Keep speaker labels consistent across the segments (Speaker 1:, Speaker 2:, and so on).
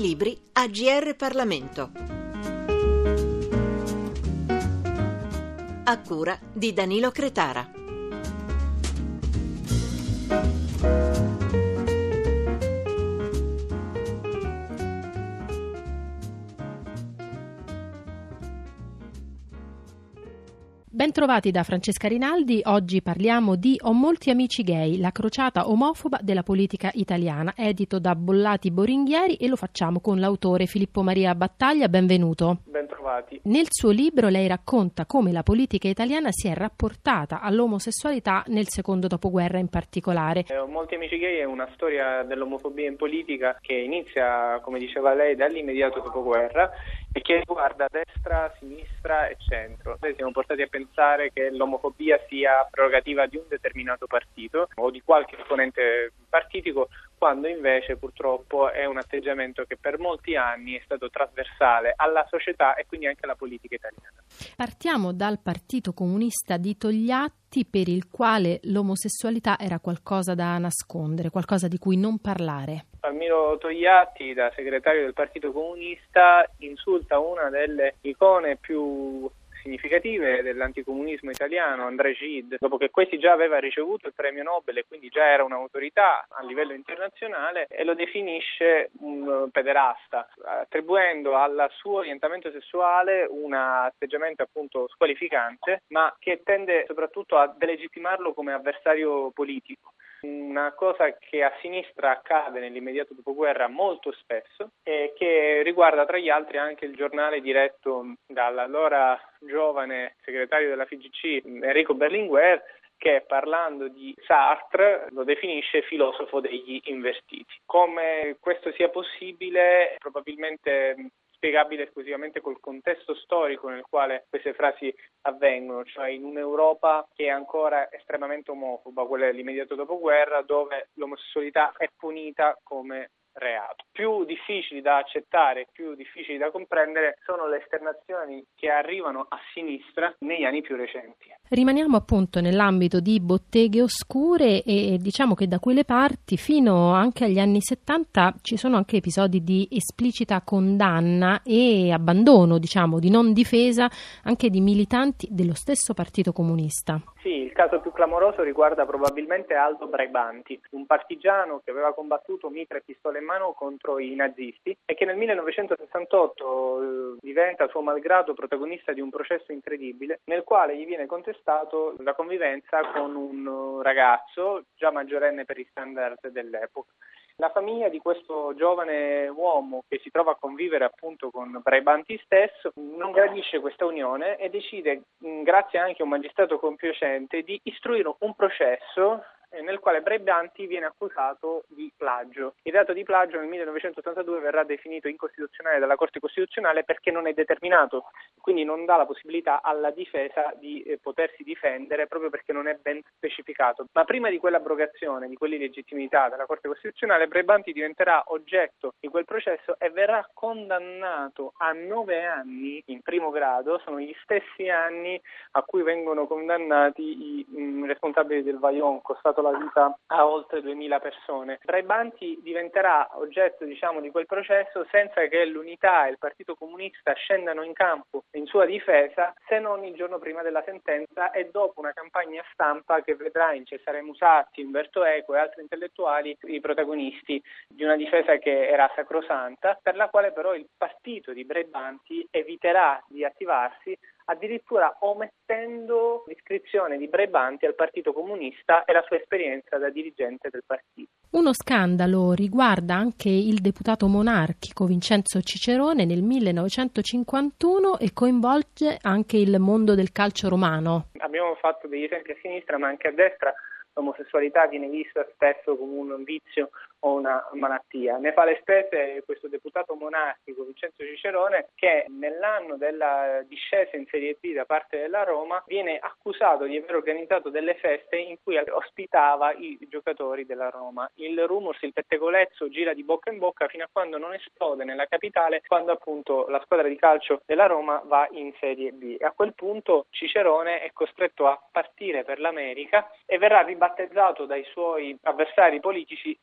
Speaker 1: libri a GR Parlamento. A cura di Danilo Cretara.
Speaker 2: Bentrovati da Francesca Rinaldi. Oggi parliamo di Ho molti amici gay, la crociata omofoba della politica italiana, edito da Bollati Boringhieri, e lo facciamo con l'autore Filippo Maria Battaglia. Benvenuto.
Speaker 3: Bentrovati.
Speaker 2: Nel suo libro lei racconta come la politica italiana si è rapportata all'omosessualità nel secondo dopoguerra in particolare.
Speaker 3: Ho molti amici gay è una storia dell'omofobia in politica che inizia, come diceva lei, dall'immediato dopoguerra e che riguarda destra, sinistra e centro. Noi siamo portati a pensare che l'omofobia sia prerogativa di un determinato partito o di qualche esponente partitico, quando invece purtroppo è un atteggiamento che per molti anni è stato trasversale alla società e quindi anche alla politica italiana.
Speaker 2: Partiamo dal Partito Comunista di Togliatti, per il quale l'omosessualità era qualcosa da nascondere, qualcosa di cui non parlare.
Speaker 3: Palmiro Togliatti, da segretario del Partito Comunista, insulta una delle icone più significative dell'anticomunismo italiano, André Gide, dopo che questi già aveva ricevuto il premio Nobel e quindi già era un'autorità a livello internazionale, e lo definisce un pederasta, attribuendo al suo orientamento sessuale un atteggiamento appunto squalificante, ma che tende soprattutto a delegittimarlo come avversario politico. Una cosa che a sinistra accade nell'immediato dopoguerra molto spesso e che riguarda tra gli altri anche il giornale diretto dall'allora giovane segretario della FIGC Enrico Berlinguer, che parlando di Sartre lo definisce filosofo degli invertiti. Come questo sia possibile, probabilmente spiegabile esclusivamente col contesto storico nel quale queste frasi avvengono, cioè in un'Europa che è ancora estremamente omofoba, quella dell'immediato dopoguerra, dove l'omosessualità è punita come reato. Più difficili da accettare, più difficili da comprendere sono le esternazioni che arrivano a sinistra negli anni più recenti.
Speaker 2: Rimaniamo appunto nell'ambito di Botteghe Oscure e diciamo che da quelle parti fino anche agli anni 70 ci sono anche episodi di esplicita condanna e abbandono, diciamo, di non difesa anche di militanti dello stesso Partito Comunista.
Speaker 3: Sì, il caso più clamoroso riguarda probabilmente Aldo Braibanti, un partigiano che aveva combattuto mitra e pistola in mano contro i nazisti e che nel 1968 diventa suo malgrado protagonista di un processo incredibile nel quale gli viene contestato la convivenza con un ragazzo già maggiorenne per i standard dell'epoca. La famiglia di questo giovane uomo che si trova a convivere appunto con Braibanti stesso non gradisce questa unione e decide, grazie anche a un magistrato compiacente, di istruire un processo nel quale Braibanti viene accusato di plagio. Il reato di plagio nel 1982 verrà definito incostituzionale dalla Corte Costituzionale perché non è determinato, quindi non dà la possibilità alla difesa di potersi difendere proprio perché non è ben specificato. Ma prima di quell'abrogazione, di quell'illegittimità della Corte Costituzionale, Braibanti diventerà oggetto di quel processo e verrà condannato a 9 anni in primo grado. Sono gli stessi anni a cui vengono condannati i responsabili del Vajont, costato la vita a oltre 2000 persone. Braibanti diventerà oggetto, di quel processo senza che l'Unità e il Partito Comunista scendano in campo in sua difesa, se non il giorno prima della sentenza e dopo una campagna stampa che vedrà in Cesare Musatti, Umberto Eco e altri intellettuali i protagonisti di una difesa che era sacrosanta, per la quale però il partito di Braibanti eviterà di attivarsi, addirittura omettendo l'iscrizione di Braibanti al Partito Comunista e la sua esperienza da dirigente del partito.
Speaker 2: Uno scandalo riguarda anche il deputato monarchico Vincenzo Cicerone nel 1951 e coinvolge anche il mondo del calcio romano.
Speaker 3: Abbiamo fatto degli esempi a sinistra, ma anche a destra. L'omosessualità viene vista spesso come un vizio o una malattia. Ne fa le spese questo deputato monarchico Vincenzo Cicerone, che nell'anno della discesa in Serie B da parte della Roma viene accusato di aver organizzato delle feste in cui ospitava i giocatori della Roma. Il rumors, il pettegolezzo gira di bocca in bocca fino a quando non esplode nella capitale, quando appunto la squadra di calcio della Roma va in Serie B. E a quel punto Cicerone è costretto a partire per l'America e verrà ribattezzato dai suoi avversari politici la zia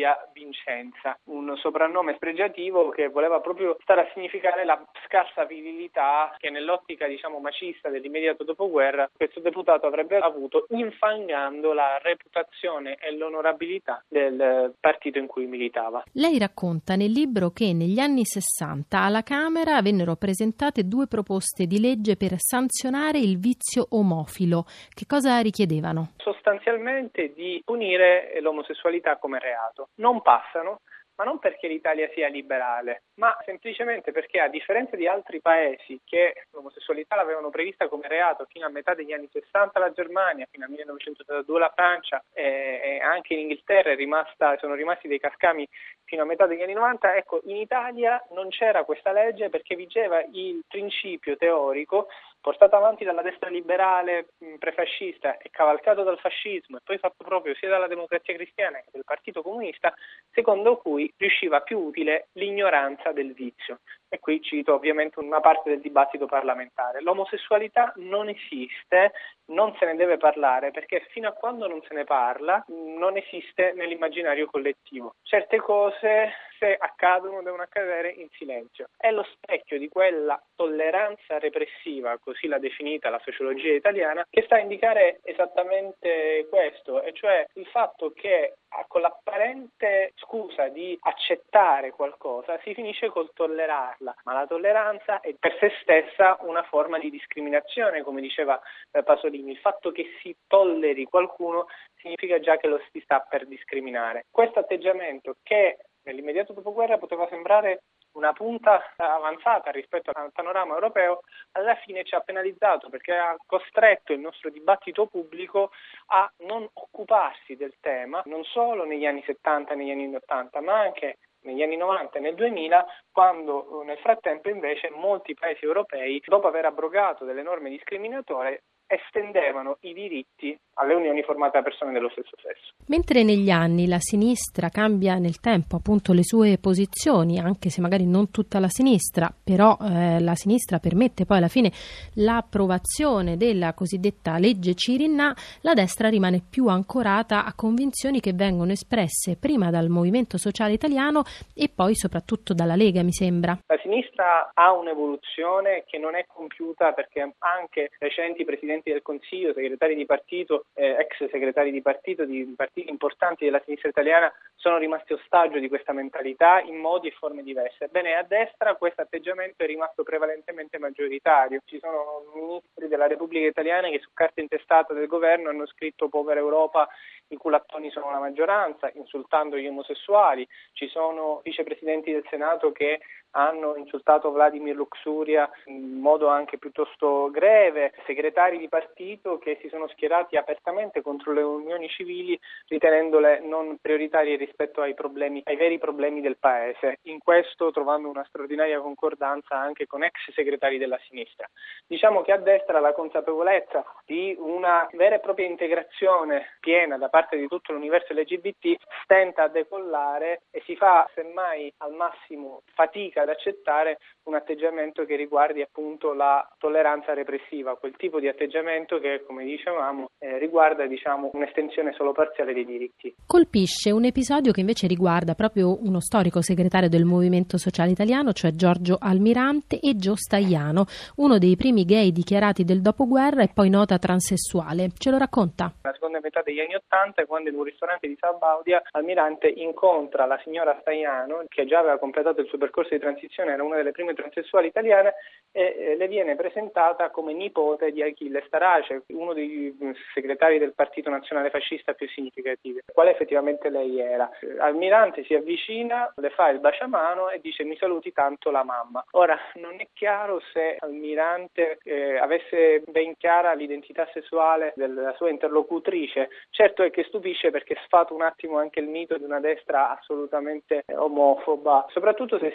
Speaker 3: Maria Vincenza, un soprannome spregiativo che voleva proprio stare a significare la scarsa virilità che nell'ottica macista dell'immediato dopoguerra questo deputato avrebbe avuto, infangando la reputazione e l'onorabilità del partito in cui militava.
Speaker 2: Lei racconta nel libro che negli anni 60 alla Camera vennero presentate 2 proposte di legge per sanzionare il vizio omofilo. Che cosa richiedevano?
Speaker 3: Sostanzialmente di punire l'omosessualità come reato. Non passano, ma non perché l'Italia sia liberale, ma semplicemente perché, a differenza di altri paesi che l'omosessualità l'avevano prevista come reato fino a metà degli anni 60 la Germania, fino al 1982 la Francia e anche in Inghilterra sono rimasti dei cascami fino a metà degli anni 90, ecco, in Italia non c'era questa legge perché vigeva il principio teorico portato avanti dalla destra liberale prefascista e cavalcato dal fascismo e poi fatto proprio sia dalla Democrazia Cristiana che dal Partito Comunista, secondo cui riusciva più utile l'ignoranza del vizio. E qui cito ovviamente una parte del dibattito parlamentare. L'omosessualità non esiste, non se ne deve parlare perché fino a quando non se ne parla non esiste nell'immaginario collettivo. Certe cose, se accadono, devono accadere in silenzio. È lo specchio di quella tolleranza repressiva, così l'ha definita la sociologia italiana, che sta a indicare esattamente questo, e cioè il fatto che con l'apparente scusa di accettare qualcosa si finisce col tollerarla, ma la tolleranza è per sé stessa una forma di discriminazione, come diceva Pasolini. Il fatto che si tolleri qualcuno significa già che lo si sta per discriminare. Questo atteggiamento, che nell'immediato dopoguerra poteva sembrare una punta avanzata rispetto al panorama europeo, alla fine ci ha penalizzato perché ha costretto il nostro dibattito pubblico a non occuparsi del tema, non solo negli anni 70 e negli anni 80, ma anche negli anni 90 e nel 2000, quando nel frattempo invece molti paesi europei, dopo aver abrogato delle norme discriminatorie, estendevano i diritti alle unioni formate da persone dello stesso sesso.
Speaker 2: Mentre negli anni la sinistra cambia nel tempo appunto le sue posizioni, anche se magari non tutta la sinistra, però la sinistra permette poi alla fine l'approvazione della cosiddetta legge Cirinnà, la destra rimane più ancorata a convinzioni che vengono espresse prima dal Movimento Sociale Italiano e poi soprattutto dalla Lega, mi sembra.
Speaker 3: La sinistra ha un'evoluzione che non è compiuta perché anche recenti presidenti del Consiglio, segretari di partito, ex segretari di partiti importanti della sinistra italiana sono rimasti ostaggio di questa mentalità in modi e forme diverse. Ebbene, a destra questo atteggiamento è rimasto prevalentemente maggioritario. Ci sono ministri della Repubblica Italiana che su carta intestata del governo hanno scritto "povera Europa, i culattoni sono la maggioranza", insultando gli omosessuali. Ci sono vicepresidenti del Senato che hanno insultato Vladimir Luxuria in modo anche piuttosto greve, segretari di partito che si sono schierati apertamente contro le unioni civili ritenendole non prioritarie rispetto ai veri problemi del paese, in questo trovando una straordinaria concordanza anche con ex segretari della sinistra. Diciamo che a destra la consapevolezza di una vera e propria integrazione piena da parte di tutto l'universo LGBT stenta a decollare e si fa semmai al massimo fatica ad accettare un atteggiamento che riguardi appunto la tolleranza repressiva, quel tipo di atteggiamento che, come dicevamo, riguarda un'estensione solo parziale dei diritti.
Speaker 2: Colpisce un episodio che invece riguarda proprio uno storico segretario del Movimento Sociale Italiano, cioè Giorgio Almirante, e Gio Stagliano, uno dei primi gay dichiarati del dopoguerra e poi nota transessuale. Ce lo racconta?
Speaker 3: La seconda metà degli anni '80, quando in un ristorante di Sabaudia Almirante incontra la signora Stagliano, che già aveva completato il suo percorso di transizione, era una delle prime transessuali italiane, e le viene presentata come nipote di Achille Starace, uno dei segretari del Partito Nazionale Fascista più significativi, quale effettivamente lei era. Almirante si avvicina, le fa il baciamano e dice: "Mi saluti tanto la mamma". Ora, non è chiaro se Almirante avesse ben chiara l'identità sessuale della sua interlocutrice. Certo è che stupisce perché sfata un attimo anche il mito di una destra assolutamente omofoba, soprattutto se si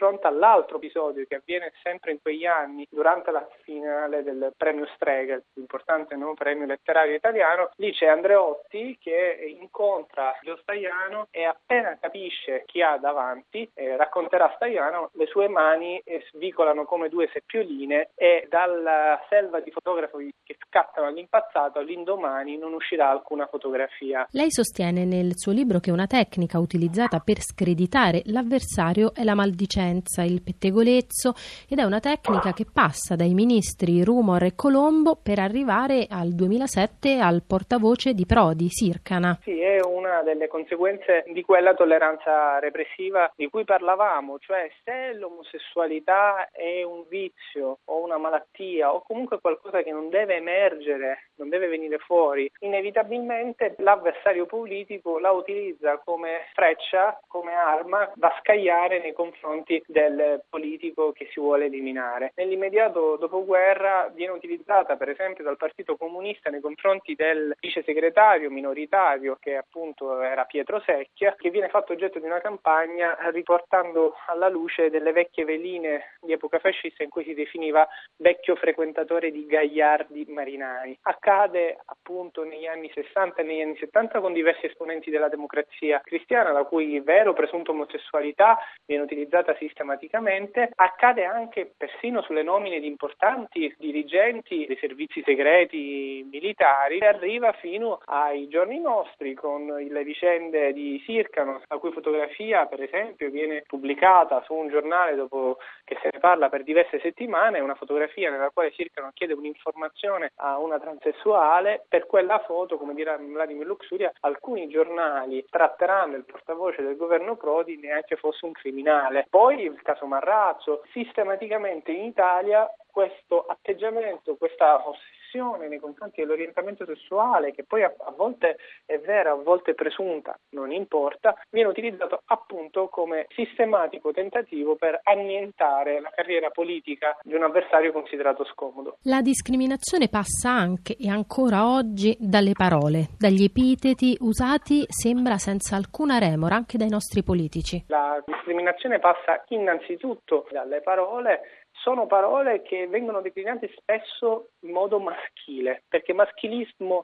Speaker 3: fronte all'altro episodio che avviene sempre in quegli anni durante la finale del premio Strega, il più importante premio letterario italiano. Lì c'è Andreotti che incontra Gio Stagliano e appena capisce chi ha davanti, racconterà Stagliano, le sue mani svicolano come due seppioline e dalla selva di fotografi che scattano all'impazzato all'indomani non uscirà alcuna fotografia.
Speaker 2: Lei sostiene nel suo libro che una tecnica utilizzata per screditare l'avversario è la maldicenza, il pettegolezzo, ed è una tecnica che passa dai ministri Rumor e Colombo per arrivare al 2007 al portavoce di Prodi, Sircana.
Speaker 3: Sì, è una delle conseguenze di quella tolleranza repressiva di cui parlavamo, cioè se l'omosessualità è un vizio o una malattia o comunque qualcosa che non deve emergere, non deve venire fuori, inevitabilmente l'avversario politico la utilizza come freccia, come arma da scagliare nei confronti del politico che si vuole eliminare. Nell'immediato dopoguerra viene utilizzata per esempio dal Partito Comunista nei confronti del vice segretario minoritario che appunto era Pietro Secchia, che viene fatto oggetto di una campagna riportando alla luce delle vecchie veline di epoca fascista in cui si definiva vecchio frequentatore di gagliardi marinai. Accade appunto negli anni 60 e negli anni 70 con diversi esponenti della democrazia cristiana, la cui vera o presunta omosessualità viene utilizzata sistematicamente. Accade anche persino sulle nomine di importanti dirigenti dei servizi segreti militari e arriva fino ai giorni nostri con le vicende di Sircano, la cui fotografia per esempio viene pubblicata su un giornale dopo che se ne parla per diverse settimane, una fotografia nella quale Sircano chiede un'informazione a una transessuale. Per quella foto, come dirà Vladimir Luxuria, alcuni giornali tratteranno il portavoce del governo Prodi neanche fosse un criminale. Poi il caso Marrazzo, sistematicamente in Italia questo atteggiamento, questa ossessione nei confronti dell'orientamento sessuale, che poi a volte è vera, a volte è presunta, non importa, viene utilizzato appunto come sistematico tentativo per annientare la carriera politica di un avversario considerato scomodo.
Speaker 2: La discriminazione passa anche e ancora oggi dalle parole, dagli epiteti usati sembra senza alcuna remora anche dai nostri politici.
Speaker 3: La discriminazione passa innanzitutto dalle parole. Sono parole che vengono declinate spesso in modo maschile, perché maschilismo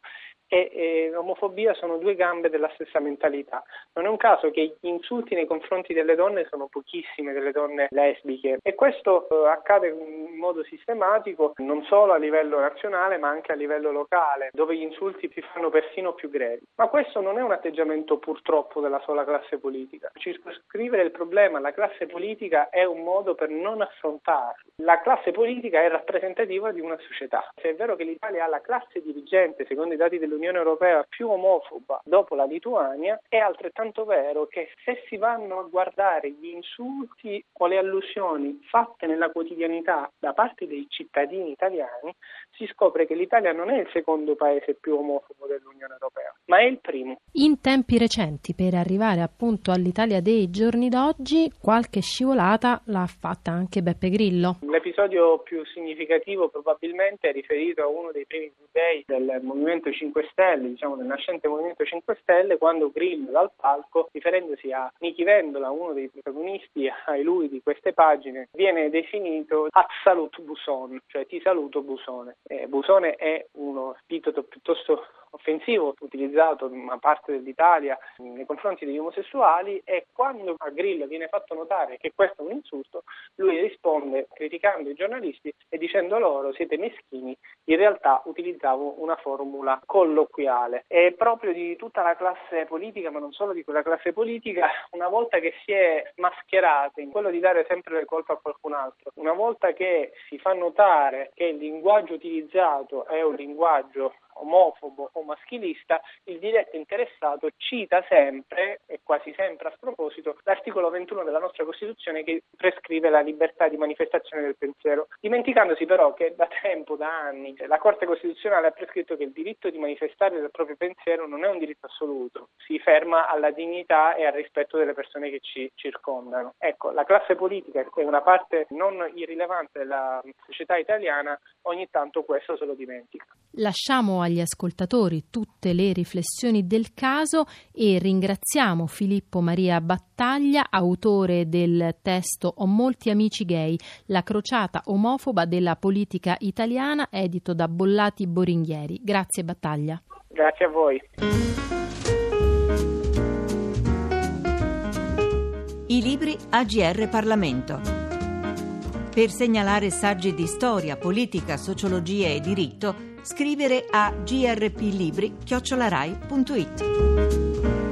Speaker 3: e omofobia sono due gambe della stessa mentalità. Non è un caso che gli insulti nei confronti delle donne sono pochissime, delle donne lesbiche, e questo accade in modo sistematico non solo a livello nazionale ma anche a livello locale, dove gli insulti si fanno persino più grevi. Ma questo non è un atteggiamento purtroppo della sola classe politica. Circoscrivere il problema alla classe politica è un modo per non affrontarlo. La classe politica è rappresentativa di una società. Se è vero che l'Italia ha la classe dirigente, secondo i dati dell'Unione Europea, più omofoba dopo la Lituania, è altrettanto vero che se si vanno a guardare gli insulti o le allusioni fatte nella quotidianità da parte dei cittadini italiani, si scopre che l'Italia non è il secondo paese più omofobo dell'Unione Europea, ma è il primo.
Speaker 2: In tempi recenti, per arrivare appunto all'Italia dei giorni d'oggi, qualche scivolata l'ha fatta anche Beppe Grillo.
Speaker 3: L'episodio più significativo probabilmente è riferito a uno dei primi day del Movimento 5 Stelle, diciamo del nascente Movimento 5 Stelle, quando Grillo dal palco, riferendosi a Nichi Vendola, uno dei protagonisti ai lui di queste pagine, viene definito "At salut Buson", cioè ti saluto Busone. Busone è uno epiteto piuttosto offensivo utilizzato in una parte dell'Italia nei confronti degli omosessuali, e quando a Grillo viene fatto notare che questo è un insulto, lui risponde criticando i giornalisti e dicendo loro: siete meschini, in realtà utilizzavo una formula colloquiale. È proprio di tutta la classe politica, ma non solo di quella classe politica, una volta che si è mascherati in quello di dare sempre le colpe a qualcun altro, una volta che si fa notare che il linguaggio utilizzato è un linguaggio omofobo o maschilista, il diretto interessato cita sempre, e quasi sempre a sproposito, l'articolo 21 della nostra Costituzione che prescrive la libertà di manifestazione del pensiero, dimenticandosi però che da tempo, da anni, la Corte Costituzionale ha prescritto che il diritto di manifestare il proprio pensiero non è un diritto assoluto, si ferma alla dignità e al rispetto delle persone che ci circondano. Ecco, la classe politica, che è una parte non irrilevante della società italiana, ogni tanto questo se lo dimentica.
Speaker 2: Lasciamo agli ascoltatori tutte le riflessioni del caso e ringraziamo Filippo Maria Battaglia, autore del testo Ho molti amici gay, la crociata omofoba della politica italiana, edito da Bollati Boringhieri. Grazie Battaglia.
Speaker 3: Grazie a voi.
Speaker 1: I libri AGR Parlamento. Per segnalare saggi di storia, politica, sociologia e diritto, scrivere a grplibri@rai.it.